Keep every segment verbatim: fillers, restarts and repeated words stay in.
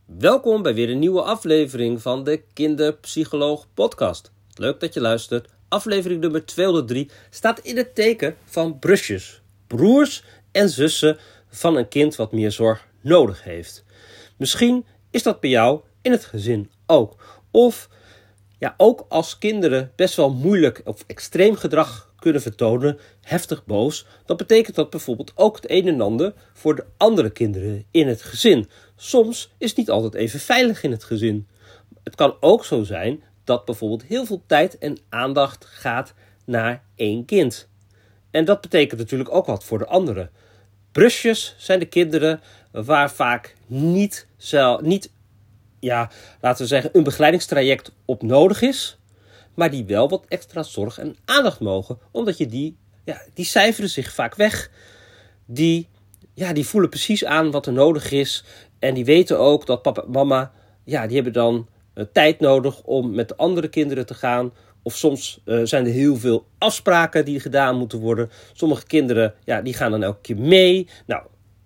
Welkom bij weer een nieuwe aflevering van de Kinderpsycholoog podcast. Leuk dat je luistert. Aflevering nummer tweehonderddrie staat in het teken van brusjes. Broers en zussen van een kind wat meer zorg nodig heeft. Misschien is dat bij jou in het gezin ook. Of ja, ook als kinderen best wel moeilijk of extreem gedrag kunnen vertonen, heftig boos, dan betekent dat bijvoorbeeld ook het een en ander voor de andere kinderen in het gezin. Soms is het niet altijd even veilig in het gezin. Het kan ook zo zijn dat bijvoorbeeld heel veel tijd en aandacht gaat naar één kind. En dat betekent natuurlijk ook wat voor de anderen. Brusjes zijn de kinderen waar vaak niet, zelf, niet ja, laten we zeggen, een begeleidingstraject op nodig is, maar die wel wat extra zorg en aandacht mogen, omdat je die, ja, die cijferen zich vaak weg. Die, ja, die voelen precies aan wat er nodig is en die weten ook dat papa en mama, ja, die hebben dan uh, tijd nodig om met de andere kinderen te gaan. Of soms uh, zijn er heel veel afspraken die gedaan moeten worden. Sommige kinderen, ja, die gaan dan elke keer mee. Nou,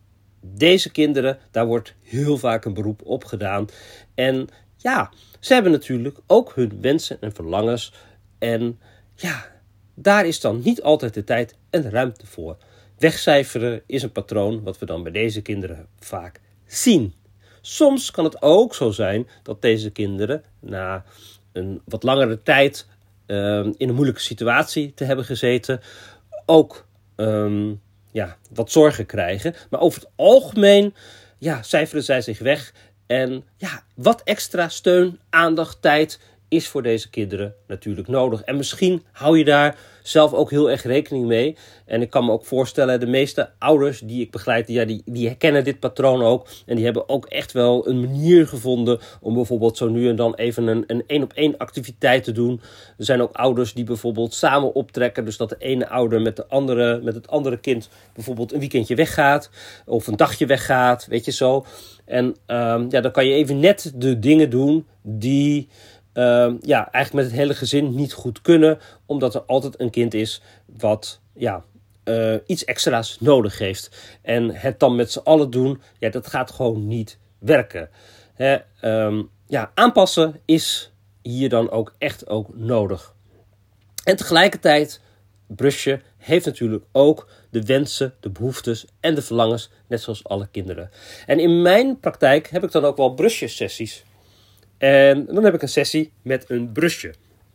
deze kinderen, daar wordt heel vaak een beroep op gedaan. En ja, ze hebben natuurlijk ook hun wensen en verlangens. En ja, daar is dan niet altijd de tijd en de ruimte voor. Wegcijferen is een patroon wat we dan bij deze kinderen vaak zien. Soms kan het ook zo zijn dat deze kinderen na een wat langere tijd uh, in een moeilijke situatie te hebben gezeten, ook um, ja, wat zorgen krijgen. Maar over het algemeen ja, cijferen zij zich weg. En ja, wat extra steun, aandacht, tijd is voor deze kinderen natuurlijk nodig. En misschien hou je daar zelf ook heel erg rekening mee. En ik kan me ook voorstellen, de meeste ouders die ik begeleid, ja, die, die herkennen dit patroon ook. En die hebben ook echt wel een manier gevonden om bijvoorbeeld zo nu en dan even een, een één-op-één activiteit te doen. Er zijn ook ouders die bijvoorbeeld samen optrekken. Dus dat de ene ouder met, de andere, met het andere kind bijvoorbeeld een weekendje weggaat. Of een dagje weggaat, weet je zo. En um, ja, dan kan je even net de dingen doen die Uh, ja, eigenlijk met het hele gezin niet goed kunnen, omdat er altijd een kind is wat ja, uh, iets extra's nodig heeft. En het dan met z'n allen doen, ja, dat gaat gewoon niet werken. Hè, um, ja, aanpassen is hier dan ook echt ook nodig. En tegelijkertijd, brusje heeft natuurlijk ook de wensen, de behoeftes en de verlangens, net zoals alle kinderen. En in mijn praktijk heb ik dan ook wel brusjesessies. En dan heb ik een sessie met een brusje.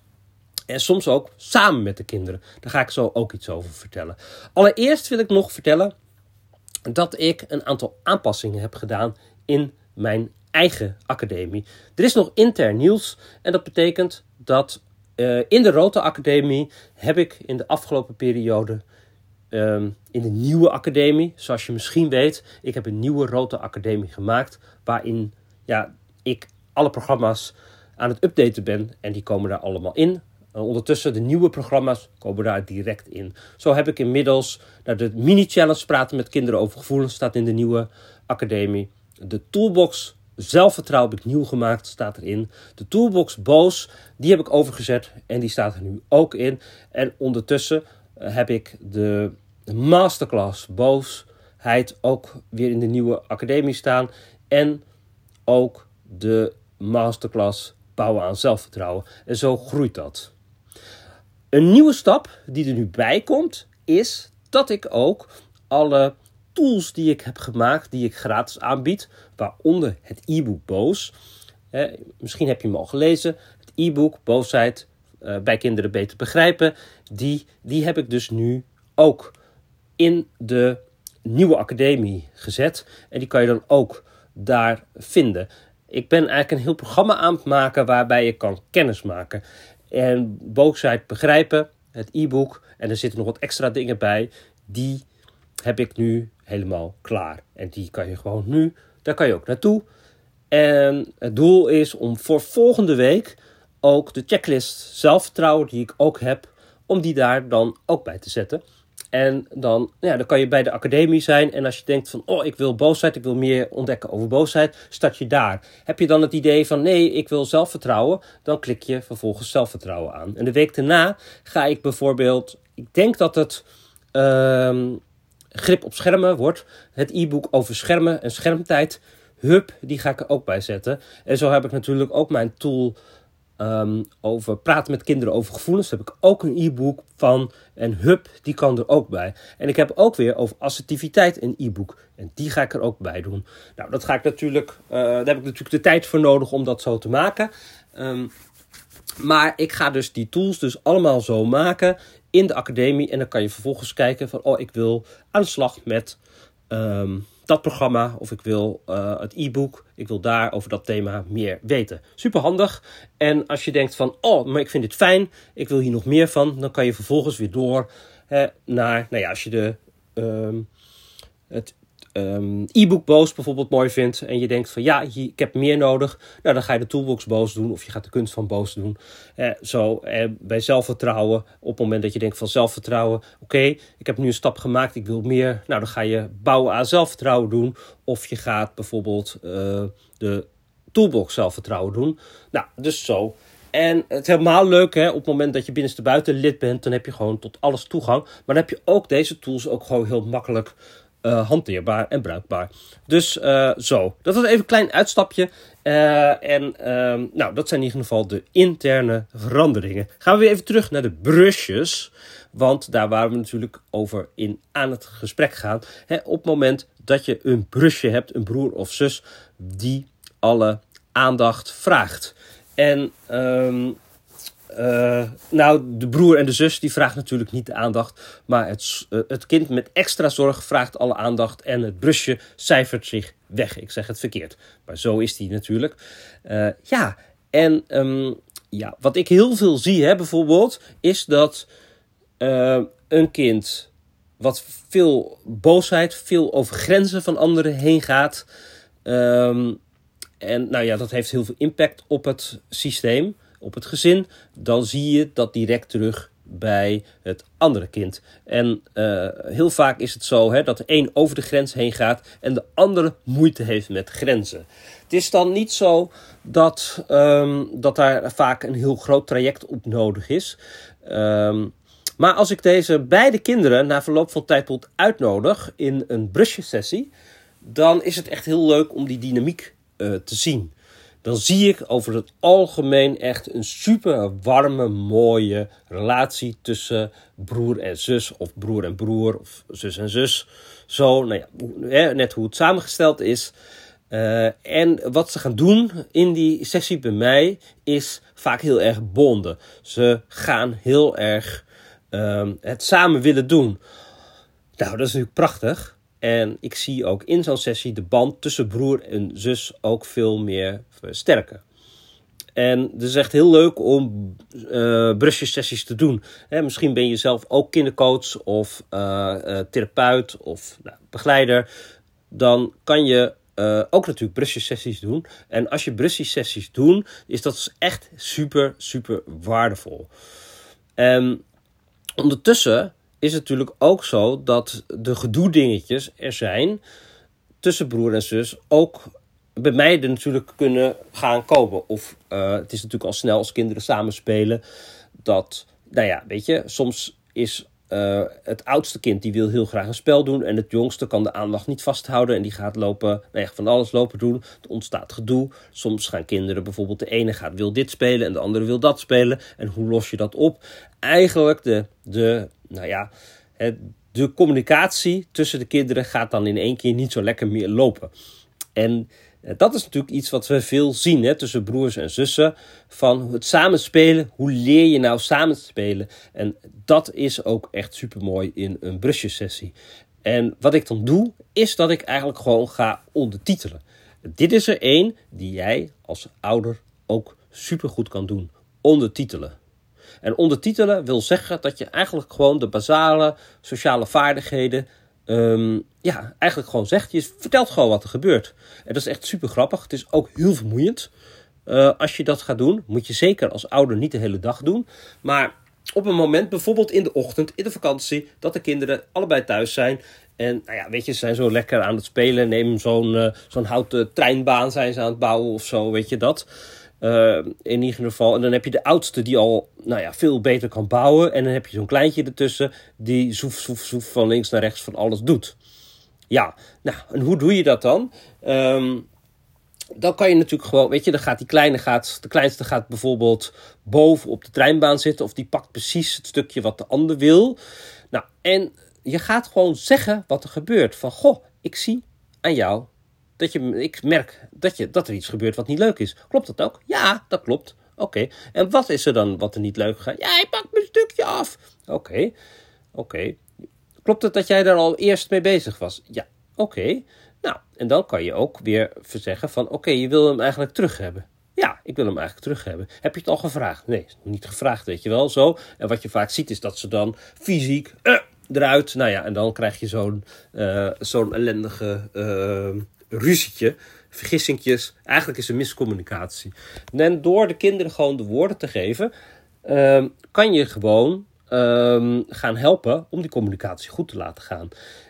En soms ook samen met de kinderen. Daar ga ik zo ook iets over vertellen. Allereerst wil ik nog vertellen dat ik een aantal aanpassingen heb gedaan in mijn eigen academie. Er is nog intern nieuws en dat betekent dat uh, in de Rota Academie heb ik in de afgelopen periode um, in de nieuwe academie, zoals je misschien weet, ik heb een nieuwe Rota Academie gemaakt waarin ja, ik alle programma's aan het updaten ben en die komen daar allemaal in. Uh, ondertussen de nieuwe programma's komen daar direct in. Zo heb ik inmiddels nou, de mini-challenge praten met kinderen over gevoelens staat in de nieuwe academie. De toolbox zelfvertrouwen heb ik nieuw gemaakt, staat erin. De toolbox boos, die heb ik overgezet en die staat er nu ook in. En ondertussen uh, heb ik de masterclass boosheid ook weer in de nieuwe academie staan. En ook de masterclass bouwen aan zelfvertrouwen. En zo groeit dat. Een nieuwe stap die er nu bij komt, is dat ik ook alle tools die ik heb gemaakt, die ik gratis aanbied, waaronder het e-book Boos. Eh, misschien heb je hem al gelezen. Het e-book Boosheid uh, bij kinderen beter begrijpen. Die, die heb ik dus nu ook in de nieuwe academie gezet. En die kan je dan ook daar vinden. Ik ben eigenlijk een heel programma aan het maken waarbij je kan kennismaken. En Boosheid begrijpen, het e-book, en er zitten nog wat extra dingen bij, die heb ik nu helemaal klaar. En die kan je gewoon nu, daar kan je ook naartoe. En het doel is om voor volgende week ook de checklist zelfvertrouwen die ik ook heb, om die daar dan ook bij te zetten. En dan, ja, dan kan je bij de academie zijn. En als je denkt van, oh, ik wil boosheid, ik wil meer ontdekken over boosheid, start je daar. Heb je dan het idee van, nee, ik wil zelfvertrouwen, dan klik je vervolgens zelfvertrouwen aan. En de week daarna ga ik bijvoorbeeld, ik denk dat het uh, grip op schermen wordt, het e-book over schermen en schermtijd Hup, die ga ik er ook bij zetten. En zo heb ik natuurlijk ook mijn tool um, over praten met kinderen over gevoelens. Daar heb ik ook een e-book van. En Hup, die kan er ook bij. En ik heb ook weer over assertiviteit een e-book. En die ga ik er ook bij doen. Nou, dat ga ik natuurlijk, uh, daar heb ik natuurlijk de tijd voor nodig om dat zo te maken. Um, maar ik ga dus die tools dus allemaal zo maken in de academie. En dan kan je vervolgens kijken van, oh, ik wil aan de slag met um, dat programma. Of ik wil uh, het e-book. Ik wil daar over dat thema meer weten. Super handig. En als je denkt van, oh, maar ik vind dit fijn. Ik wil hier nog meer van. Dan kan je vervolgens weer door hè, naar, nou ja, als je de, um, het um, e-book Boos bijvoorbeeld mooi vindt. En je denkt van, ja, hier, ik heb meer nodig. Nou, dan ga je de toolbox Boos doen. Of je gaat de kunst van Boos doen. Eh, zo, eh, bij zelfvertrouwen. Op het moment dat je denkt van zelfvertrouwen. Oké, okay, ik heb nu een stap gemaakt. Ik wil meer. Nou, dan ga je bouwen aan zelfvertrouwen doen. Of je gaat bijvoorbeeld uh, de toolbox zelfvertrouwen doen. Nou, dus zo. En het is helemaal leuk, hè, op het moment dat je binnenste buiten lid bent, dan heb je gewoon tot alles toegang. Maar dan heb je ook deze tools ook gewoon heel makkelijk uh, hanteerbaar en bruikbaar. Dus uh, zo, dat was even een klein uitstapje. Uh, en uh, nou, dat zijn in ieder geval de interne veranderingen. Gaan we weer even terug naar de brushes. Want daar waren we natuurlijk over in aan het gesprek gaan. Hè, op het moment dat je een brusje hebt, een broer of zus, die alle aandacht vraagt. En um, uh, nou, de broer en de zus die vraagt natuurlijk niet de aandacht. Maar het, uh, het kind met extra zorg vraagt alle aandacht. En het brusje cijfert zich weg. Ik zeg het verkeerd. Maar zo is die natuurlijk. Uh, ja, en um, ja, wat ik heel veel zie hè, bijvoorbeeld, is dat uh, een kind wat veel boosheid, veel over grenzen van anderen heen gaat. Um, En nou ja, dat heeft heel veel impact op het systeem, op het gezin. Dan zie je dat direct terug bij het andere kind. En uh, heel vaak is het zo hè, dat de een over de grens heen gaat en de andere moeite heeft met grenzen. Het is dan niet zo dat, um, dat daar vaak een heel groot traject op nodig is. Um, maar als ik deze beide kinderen na verloop van tijd tot uitnodig in een brusjesessie, dan is het echt heel leuk om die dynamiek Uh, te zien. Dan zie ik over het algemeen echt een super warme, mooie relatie tussen broer en zus, of broer en broer, of zus en zus. Zo, nou ja, hè, net hoe het samengesteld is. Uh, en wat ze gaan doen in die sessie bij mij is vaak heel erg bonden. Ze gaan heel erg uh, het samen willen doen. Nou, dat is natuurlijk prachtig. En ik zie ook in zo'n sessie de band tussen broer en zus ook veel meer versterken. En het is echt heel leuk om uh, brusjessessies te doen. Hè, misschien ben je zelf ook kindercoach of uh, uh, therapeut of nou, begeleider. Dan kan je uh, ook natuurlijk brusjessessies doen. En als je brusjessessies doet, is dat echt super, super waardevol. En ondertussen is het natuurlijk ook zo dat de gedoe-dingetjes er zijn tussen broer en zus ook bij mij er natuurlijk kunnen gaan komen. Of uh, het is natuurlijk al snel als kinderen samen spelen dat, nou ja, weet je, soms is uh, het oudste kind die wil heel graag een spel doen en het jongste kan de aandacht niet vasthouden en die gaat lopen, nou ja, van alles lopen doen. Er ontstaat gedoe. Soms gaan kinderen bijvoorbeeld, de ene gaat wil dit spelen en de andere wil dat spelen. En hoe los je dat op? Eigenlijk de, de nou ja, de communicatie tussen de kinderen gaat dan in één keer niet zo lekker meer lopen. En dat is natuurlijk iets wat we veel zien hè, tussen broers en zussen. Van het samenspelen. Hoe leer je nou samen te spelen? En dat is ook echt supermooi in een brusjessessie. En wat ik dan doe, is dat ik eigenlijk gewoon ga ondertitelen. Dit is er één die jij als ouder ook supergoed kan doen. Ondertitelen. En ondertitelen wil zeggen dat je eigenlijk gewoon de basale sociale vaardigheden Um, ja, eigenlijk gewoon zegt. Je vertelt gewoon wat er gebeurt. En dat is echt super grappig. Het is ook heel vermoeiend. Uh, als je dat gaat doen, moet je zeker als ouder niet de hele dag doen. Maar op een moment, bijvoorbeeld in de ochtend, in de vakantie, dat de kinderen allebei thuis zijn. En nou ja, weet je, ze zijn zo lekker aan het spelen. Neem zo'n, uh, zo'n houten treinbaan zijn ze aan het bouwen of zo, weet je dat. Uh, in ieder geval. En dan heb je de oudste die al nou ja, veel beter kan bouwen. En dan heb je zo'n kleintje ertussen die zoef, zoef, zoef van links naar rechts van alles doet. Ja, nou, en hoe doe je dat dan? Um, dan kan je natuurlijk gewoon, weet je, dan gaat die kleine gaat, de kleinste gaat bijvoorbeeld boven op de treinbaan zitten, of die pakt precies het stukje wat de ander wil. Nou, en je gaat gewoon zeggen wat er gebeurt. Van, goh, ik zie aan jou, dat je, ik merk dat, je, dat er iets gebeurt wat niet leuk is. Klopt dat ook? Ja, dat klopt. Oké. Okay. En wat is er dan wat er niet leuk gaat? Ja, hij pakt mijn stukje af. Oké. Okay. Oké. Okay. Klopt het dat jij daar al eerst mee bezig was? Ja. Oké. Okay. Nou, en dan kan je ook weer verzeggen van, oké, okay, je wil hem eigenlijk terug hebben. Ja, ik wil hem eigenlijk terug hebben. Heb je het al gevraagd? Nee, niet gevraagd, weet je wel, zo. En wat je vaak ziet is dat ze dan fysiek uh, eruit, nou ja, en dan krijg je zo'n, uh, zo'n ellendige uh, ruzietje, vergissingjes. Eigenlijk is er miscommunicatie. En door de kinderen gewoon de woorden te geven, uh, kan je gewoon uh, gaan helpen om die communicatie goed te laten gaan.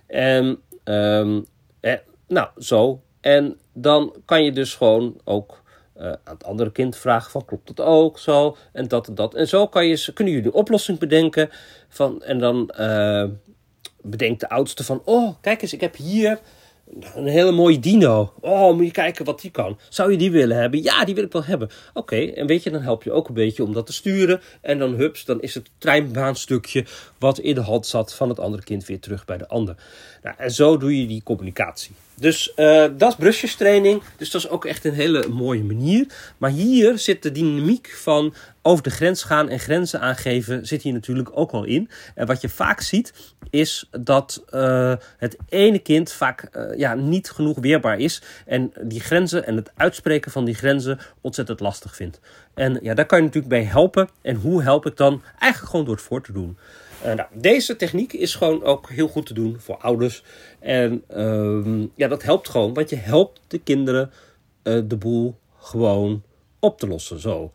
En uh, eh, nou, zo. En dan kan je dus gewoon ook uh, aan het andere kind vragen van, klopt dat ook zo? En dat en dat. En zo kan je, kunnen jullie een oplossing bedenken. Van, en dan uh, bedenkt de oudste van, oh, kijk eens, ik heb hier een hele mooie dino. Oh, moet je kijken wat die kan. Zou je die willen hebben? Ja, die wil ik wel hebben. Oké, okay, en weet je, dan help je ook een beetje om dat te sturen. En dan hups, dan is het treinbaanstukje wat in de hand zat van het andere kind weer terug bij de ander. Nou, en zo doe je die communicatie. Dus uh, dat is brusjestraining. Dus dat is ook echt een hele mooie manier. Maar hier zit de dynamiek van over de grens gaan en grenzen aangeven zit hier natuurlijk ook wel in. En wat je vaak ziet is dat uh, het ene kind vaak uh, ja, niet genoeg weerbaar is. En die grenzen en het uitspreken van die grenzen ontzettend lastig vindt. En ja, daar kan je natuurlijk bij helpen. En hoe help ik dan? Eigenlijk gewoon door het voor te doen. Uh, nou, deze techniek is gewoon ook heel goed te doen voor ouders. En uh, ja, dat helpt gewoon. Want je helpt de kinderen uh, de boel gewoon op te lossen. Zo.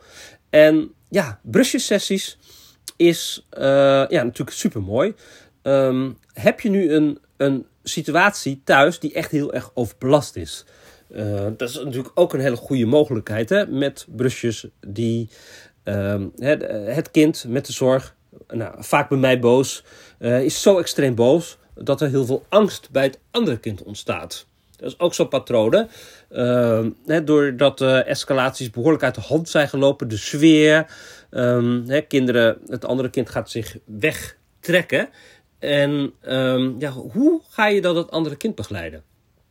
En ja, brusjessessies is uh, ja, natuurlijk super mooi. Um, heb je nu een, een situatie thuis die echt heel erg overbelast is? Uh, dat is natuurlijk ook een hele goede mogelijkheid, hè, met brusjes die um, het, het kind met de zorg, nou, vaak bij mij boos, uh, is zo extreem boos dat er heel veel angst bij het andere kind ontstaat. Dat is ook zo'n patroon. Hè? Uh, hè, doordat de uh, escalaties behoorlijk uit de hand zijn gelopen, de sfeer, um, hè, kinderen, het andere kind gaat zich wegtrekken. En um, ja, hoe ga je dan dat andere kind begeleiden?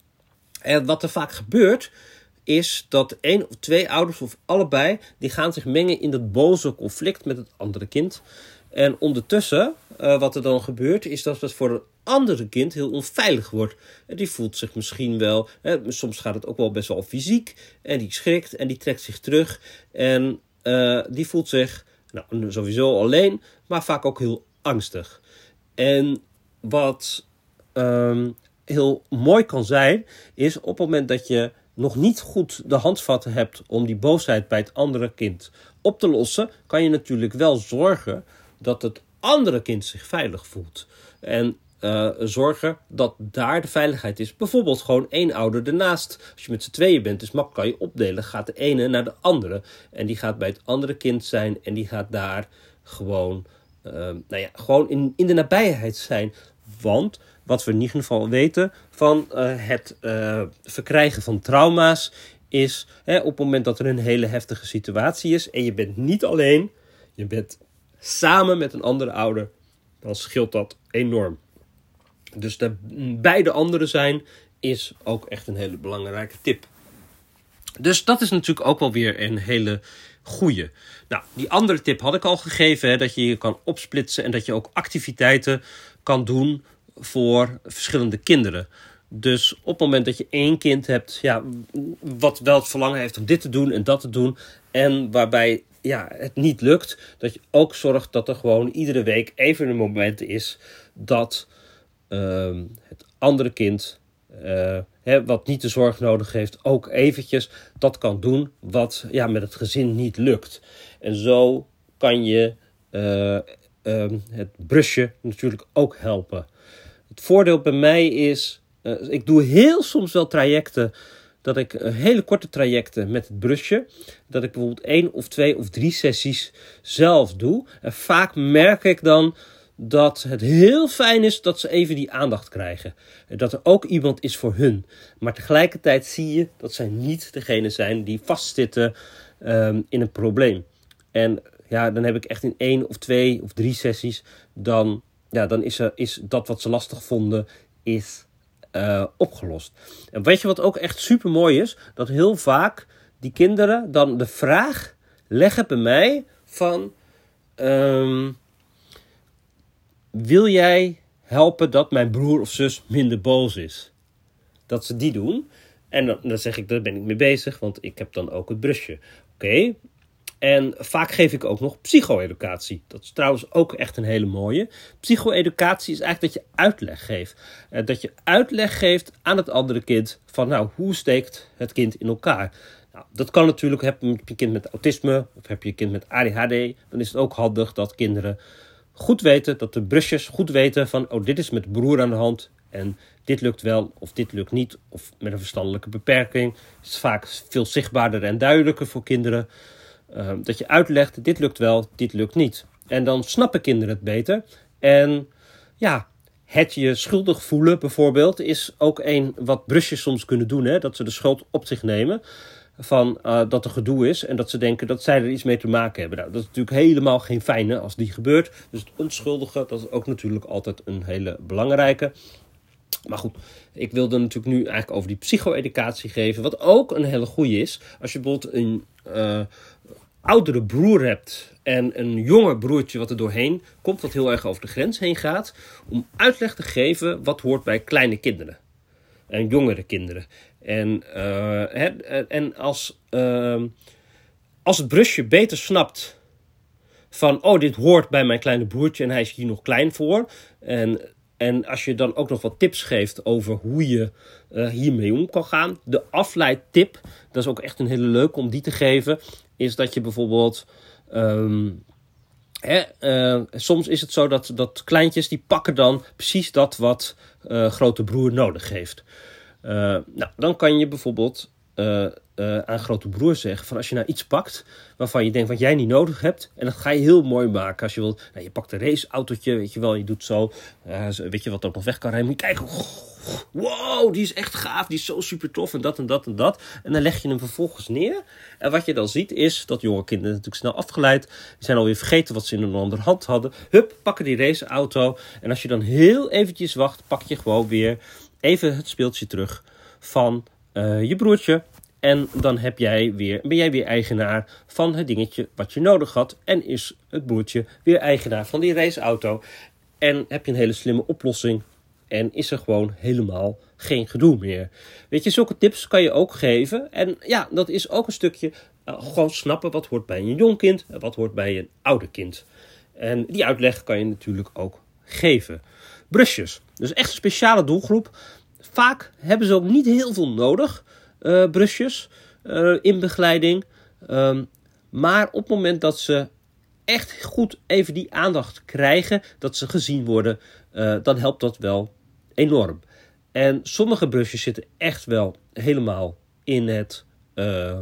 En wat er vaak gebeurt, is dat één of twee ouders of allebei, die gaan zich mengen in dat boze conflict met het andere kind. En ondertussen, uh, wat er dan gebeurt, is dat het voor een andere kind heel onveilig wordt. En die voelt zich misschien wel, hè, soms gaat het ook wel best wel fysiek, en die schrikt en die trekt zich terug. En uh, die voelt zich nou, sowieso alleen, maar vaak ook heel angstig. En wat um, heel mooi kan zijn, is op het moment dat je nog niet goed de handvatten hebt om die boosheid bij het andere kind op te lossen, kan je natuurlijk wel zorgen dat het andere kind zich veilig voelt. En uh, zorgen dat daar de veiligheid is. Bijvoorbeeld gewoon één ouder ernaast. Als je met z'n tweeën bent, is makkelijk, kan je opdelen. Gaat de ene naar de andere. En die gaat bij het andere kind zijn. En die gaat daar gewoon, uh, nou ja, gewoon in, in de nabijheid zijn. Want wat we in ieder geval weten van uh, het uh, verkrijgen van trauma's is, hè, op het moment dat er een hele heftige situatie is en je bent niet alleen, je bent samen met een andere ouder, dan scheelt dat enorm. Dus de beide anderen zijn is ook echt een hele belangrijke tip. Dus dat is natuurlijk ook wel weer een hele goeie. Nou, die andere tip had ik al gegeven, hè, dat je je kan opsplitsen en dat je ook activiteiten kan doen voor verschillende kinderen. Dus op het moment dat je één kind hebt, ja, wat wel het verlangen heeft om dit te doen en dat te doen, en waarbij ja, het niet lukt, dat je ook zorgt dat er gewoon iedere week even een moment is dat uh, het andere kind, uh, hè, wat niet de zorg nodig heeft, ook eventjes dat kan doen wat ja, met het gezin niet lukt. En zo kan je uh, uh, het brusje natuurlijk ook helpen. Het voordeel bij mij is, uh, ik doe heel soms wel trajecten, dat ik uh, hele korte trajecten met het brusje, dat ik bijvoorbeeld één of twee of drie sessies zelf doe. En vaak merk ik dan dat het heel fijn is dat ze even die aandacht krijgen. Dat er ook iemand is voor hun. Maar tegelijkertijd zie je dat zij niet degene zijn die vastzitten um, in een probleem. En ja, dan heb ik echt in één of twee of drie sessies, dan, ja, dan is, er, is dat wat ze lastig vonden, is uh, opgelost. En weet je wat ook echt super mooi is? Dat heel vaak die kinderen dan de vraag leggen bij mij van, Um, wil jij helpen dat mijn broer of zus minder boos is? Dat ze die doen. En dan, dan zeg ik, daar ben ik mee bezig, want ik heb dan ook het brusje. Oké. Okay. En vaak geef ik ook nog psycho-educatie. Dat is trouwens ook echt een hele mooie. Psycho-educatie is eigenlijk dat je uitleg geeft. Uh, dat je uitleg geeft aan het andere kind van, nou, hoe steekt het kind in elkaar? Nou, dat kan natuurlijk, heb je een kind met autisme of heb je een kind met A D H D, dan is het ook handig dat kinderen goed weten, dat de brusjes goed weten van, oh, dit is met de broer aan de hand en dit lukt wel of dit lukt niet. Of met een verstandelijke beperking is het vaak veel zichtbaarder en duidelijker voor kinderen. Uh, dat je uitlegt, dit lukt wel, dit lukt niet. En dan snappen kinderen het beter. En ja, het je schuldig voelen bijvoorbeeld is ook een wat brusjes soms kunnen doen. Hè? Dat ze de schuld op zich nemen van uh, dat er gedoe is en dat ze denken dat zij er iets mee te maken hebben. Nou, dat is natuurlijk helemaal geen fijne als die gebeurt. Dus het onschuldige, dat is ook natuurlijk altijd een hele belangrijke. Maar goed, ik wilde natuurlijk nu eigenlijk over die psycho-educatie geven. Wat ook een hele goede is. Als je bijvoorbeeld een uh, oudere broer hebt en een jonger broertje wat er doorheen komt, wat heel erg over de grens heen gaat, om uitleg te geven wat hoort bij kleine kinderen en jongere kinderen. En, uh, he, en als, uh, als het brusje beter snapt van, oh, dit hoort bij mijn kleine broertje en hij is hier nog klein voor. En, en als je dan ook nog wat tips geeft over hoe je uh, hiermee om kan gaan. De afleidtip, dat is ook echt een hele leuke om die te geven, is dat je bijvoorbeeld Um, He, uh, soms is het zo dat, dat kleintjes die pakken dan precies dat wat uh, grote broer nodig heeft. Uh, nou, dan kan je bijvoorbeeld uh, uh, aan grote broer zeggen van als je nou iets pakt waarvan je denkt wat jij niet nodig hebt, en dat ga je heel mooi maken. Als je wilt, nou, je pakt een raceautootje, weet je wel, je doet zo, uh, weet je wat ook nog weg kan rijden, moet je kijken, wow, die is echt gaaf, die is zo super tof en dat en dat en dat. En dan leg je hem vervolgens neer. En wat je dan ziet is dat jonge kinderen natuurlijk snel afgeleid. Die zijn alweer vergeten wat ze in hun andere hand hadden. Hup, pakken die raceauto. En als je dan heel eventjes wacht, pak je gewoon weer even het speeltje terug van uh, je broertje. En dan heb jij weer, ben jij weer eigenaar van het dingetje wat je nodig had. En is het broertje weer eigenaar van die raceauto. En heb je een hele slimme oplossing. En is er gewoon helemaal geen gedoe meer. Weet je, zulke tips kan je ook geven. En ja, dat is ook een stukje uh, gewoon snappen wat hoort bij een jong kind en wat hoort bij een ouder kind. En die uitleg kan je natuurlijk ook geven. Brusjes, dus echt een speciale doelgroep. Vaak hebben ze ook niet heel veel nodig, uh, brusjes, uh, in begeleiding. Um, maar op het moment dat ze echt goed even die aandacht krijgen, dat ze gezien worden, uh, dan helpt dat wel enorm. En sommige brusjes zitten echt wel helemaal in het uh,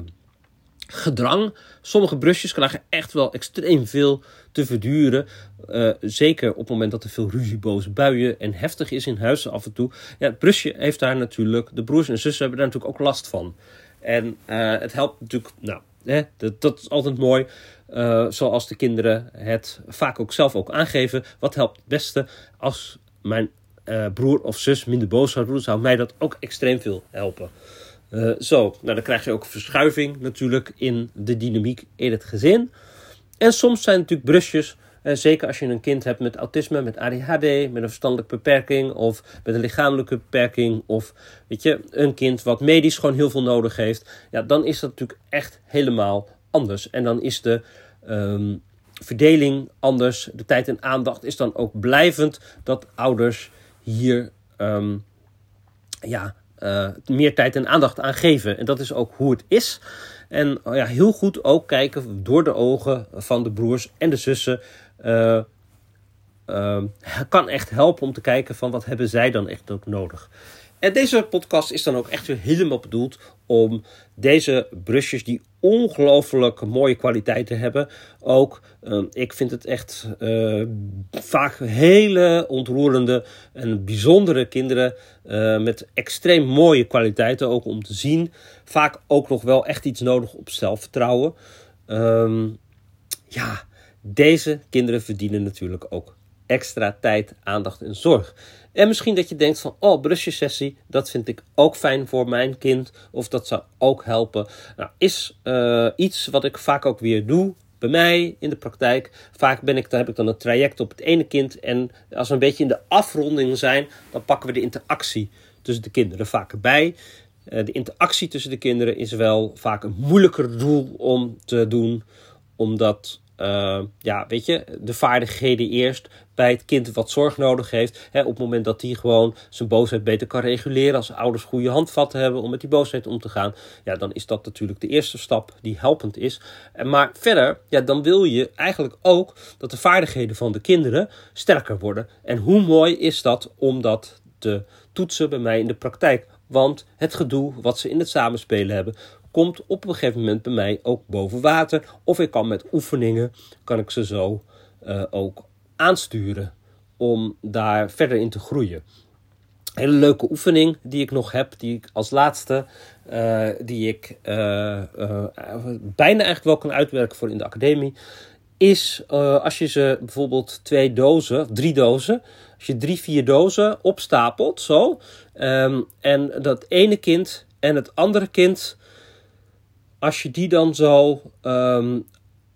gedrang. Sommige brusjes krijgen echt wel extreem veel te verduren. Uh, zeker op het moment dat er veel ruzie, boze buien en heftig is in huis af en toe. Ja, het brusje heeft daar natuurlijk, de broers en zussen hebben daar natuurlijk ook last van. En uh, het helpt natuurlijk, nou, hè, dat, dat is altijd mooi. Uh, zoals de kinderen het vaak ook zelf ook aangeven. Wat helpt het beste als mijn uh, broer of zus minder boos zou doen, zou mij dat ook extreem veel helpen. Uh, zo, nou dan krijg je ook verschuiving natuurlijk in de dynamiek in het gezin. En soms zijn natuurlijk brusjes, uh, zeker als je een kind hebt met autisme, met A D H D, met een verstandelijke beperking of met een lichamelijke beperking of weet je, een kind wat medisch gewoon heel veel nodig heeft. Ja, dan is dat natuurlijk echt helemaal anders. En dan is de um, verdeling anders. De tijd en aandacht is dan ook blijvend dat ouders hier um, ja, uh, meer tijd en aandacht aan geven. En dat is ook hoe het is. En uh, ja, heel goed ook kijken door de ogen van de broers en de zussen. Uh, uh, kan echt helpen om te kijken van wat hebben zij dan echt ook nodig. En deze podcast is dan ook echt weer helemaal bedoeld om deze brushes die ongelooflijk mooie kwaliteiten hebben. Ook, uh, ik vind het echt uh, vaak hele ontroerende en bijzondere kinderen uh, met extreem mooie kwaliteiten ook om te zien. Vaak ook nog wel echt iets nodig op zelfvertrouwen. Um, ja, deze kinderen verdienen natuurlijk ook extra tijd, aandacht en zorg. En misschien dat je denkt van, oh, brusjesessie, dat vind ik ook fijn voor mijn kind. Of dat zou ook helpen. Nou, is uh, iets wat ik vaak ook weer doe bij mij in de praktijk. Vaak ben ik, dan heb ik dan een traject op het ene kind. En als we een beetje in de afronding zijn, dan pakken we de interactie tussen de kinderen vaak erbij. Uh, de interactie tussen de kinderen is wel vaak een moeilijker doel om te doen. Omdat... Uh, ja, weet je, de vaardigheden eerst bij het kind wat zorg nodig heeft. Hè, op het moment dat hij gewoon zijn boosheid beter kan reguleren. Als ouders goede handvatten hebben om met die boosheid om te gaan. Ja, dan is dat natuurlijk de eerste stap die helpend is. Maar verder, ja, dan wil je eigenlijk ook dat de vaardigheden van de kinderen sterker worden. En hoe mooi is dat om dat te toetsen bij mij in de praktijk. Want het gedoe wat ze in het samenspelen hebben, komt op een gegeven moment bij mij ook boven water. Of ik kan met oefeningen, kan ik ze zo uh, ook aansturen om daar verder in te groeien. Een hele leuke oefening die ik nog heb, die ik als laatste, uh, die ik uh, uh, bijna eigenlijk wel kan uitwerken voor in de academie, is uh, als je ze bijvoorbeeld twee dozen, drie dozen, als je drie, vier dozen opstapelt, zo, um, en dat ene kind en het andere kind, als je die dan zo um,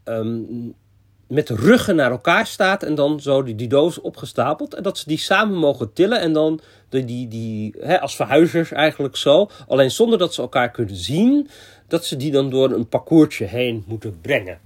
um, met de ruggen naar elkaar staat en dan zo die, die dozen opgestapeld en dat ze die samen mogen tillen en dan die, die, die hè, als verhuizers eigenlijk zo, alleen zonder dat ze elkaar kunnen zien, dat ze die dan door een parcoursje heen moeten brengen.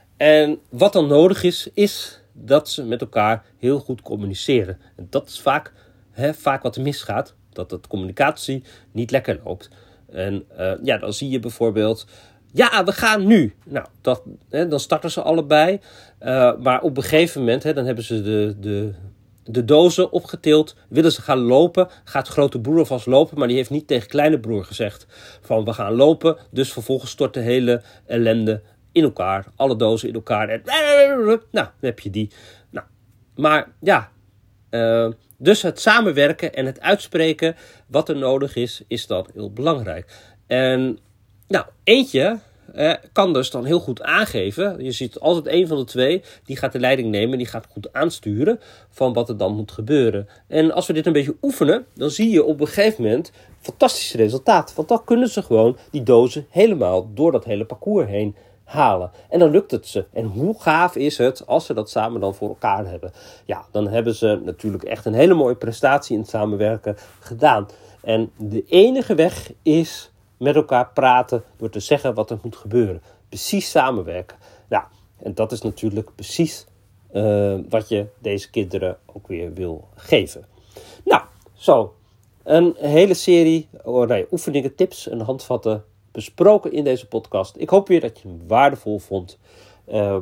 En wat dan nodig is, is dat ze met elkaar heel goed communiceren. En dat is vaak, hè, vaak wat er misgaat, dat de communicatie niet lekker loopt. En uh, ja, dan zie je bijvoorbeeld, ja, we gaan nu. Nou, dat, hè, dan starten ze allebei. Uh, maar op een gegeven moment, hè, dan hebben ze de, de, de dozen opgetild. Willen ze gaan lopen, gaat grote broer alvast lopen. Maar die heeft niet tegen kleine broer gezegd van we gaan lopen. Dus vervolgens stort de hele ellende in elkaar. Alle dozen in elkaar. En, nou, dan heb je die. Nou, maar ja, uh, dus het samenwerken en het uitspreken wat er nodig is, is dan heel belangrijk. En nou, eentje eh, kan dus dan heel goed aangeven. Je ziet altijd een van de twee, die gaat de leiding nemen, die gaat goed aansturen van wat er dan moet gebeuren. En als we dit een beetje oefenen, dan zie je op een gegeven moment fantastische resultaat. Want dan kunnen ze gewoon die dozen helemaal door dat hele parcours heen halen. En dan lukt het ze. En hoe gaaf is het als ze dat samen dan voor elkaar hebben? Ja, dan hebben ze natuurlijk echt een hele mooie prestatie in het samenwerken gedaan. En de enige weg is met elkaar praten door te zeggen wat er moet gebeuren. Precies samenwerken. Nou, en dat is natuurlijk precies uh, wat je deze kinderen ook weer wil geven. Nou, zo. Een hele serie oh, nee, oefeningen, tips en handvatten besproken in deze podcast. Ik hoop weer dat je hem waardevol vond. Uh,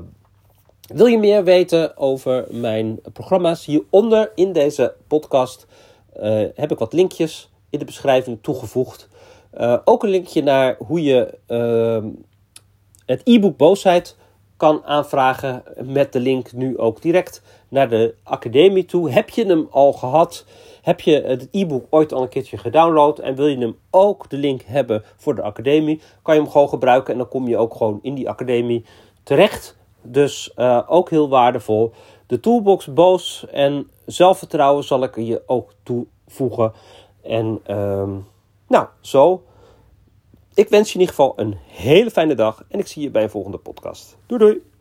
wil je meer weten over mijn programma's? Hieronder in deze podcast uh, heb ik wat linkjes in de beschrijving toegevoegd. Uh, ook een linkje naar hoe je uh, het e-book Boosheid kan aanvragen met de link nu ook direct naar de academie toe. Heb je hem al gehad? Heb je het e-book ooit al een keertje gedownload en wil je hem ook de link hebben voor de academie, kan je hem gewoon gebruiken en dan kom je ook gewoon in die academie terecht. Dus uh, ook heel waardevol. De toolbox Boos en zelfvertrouwen zal ik je ook toevoegen. En uh, nou, zo. Ik wens je in ieder geval een hele fijne dag en ik zie je bij een volgende podcast. Doei doei!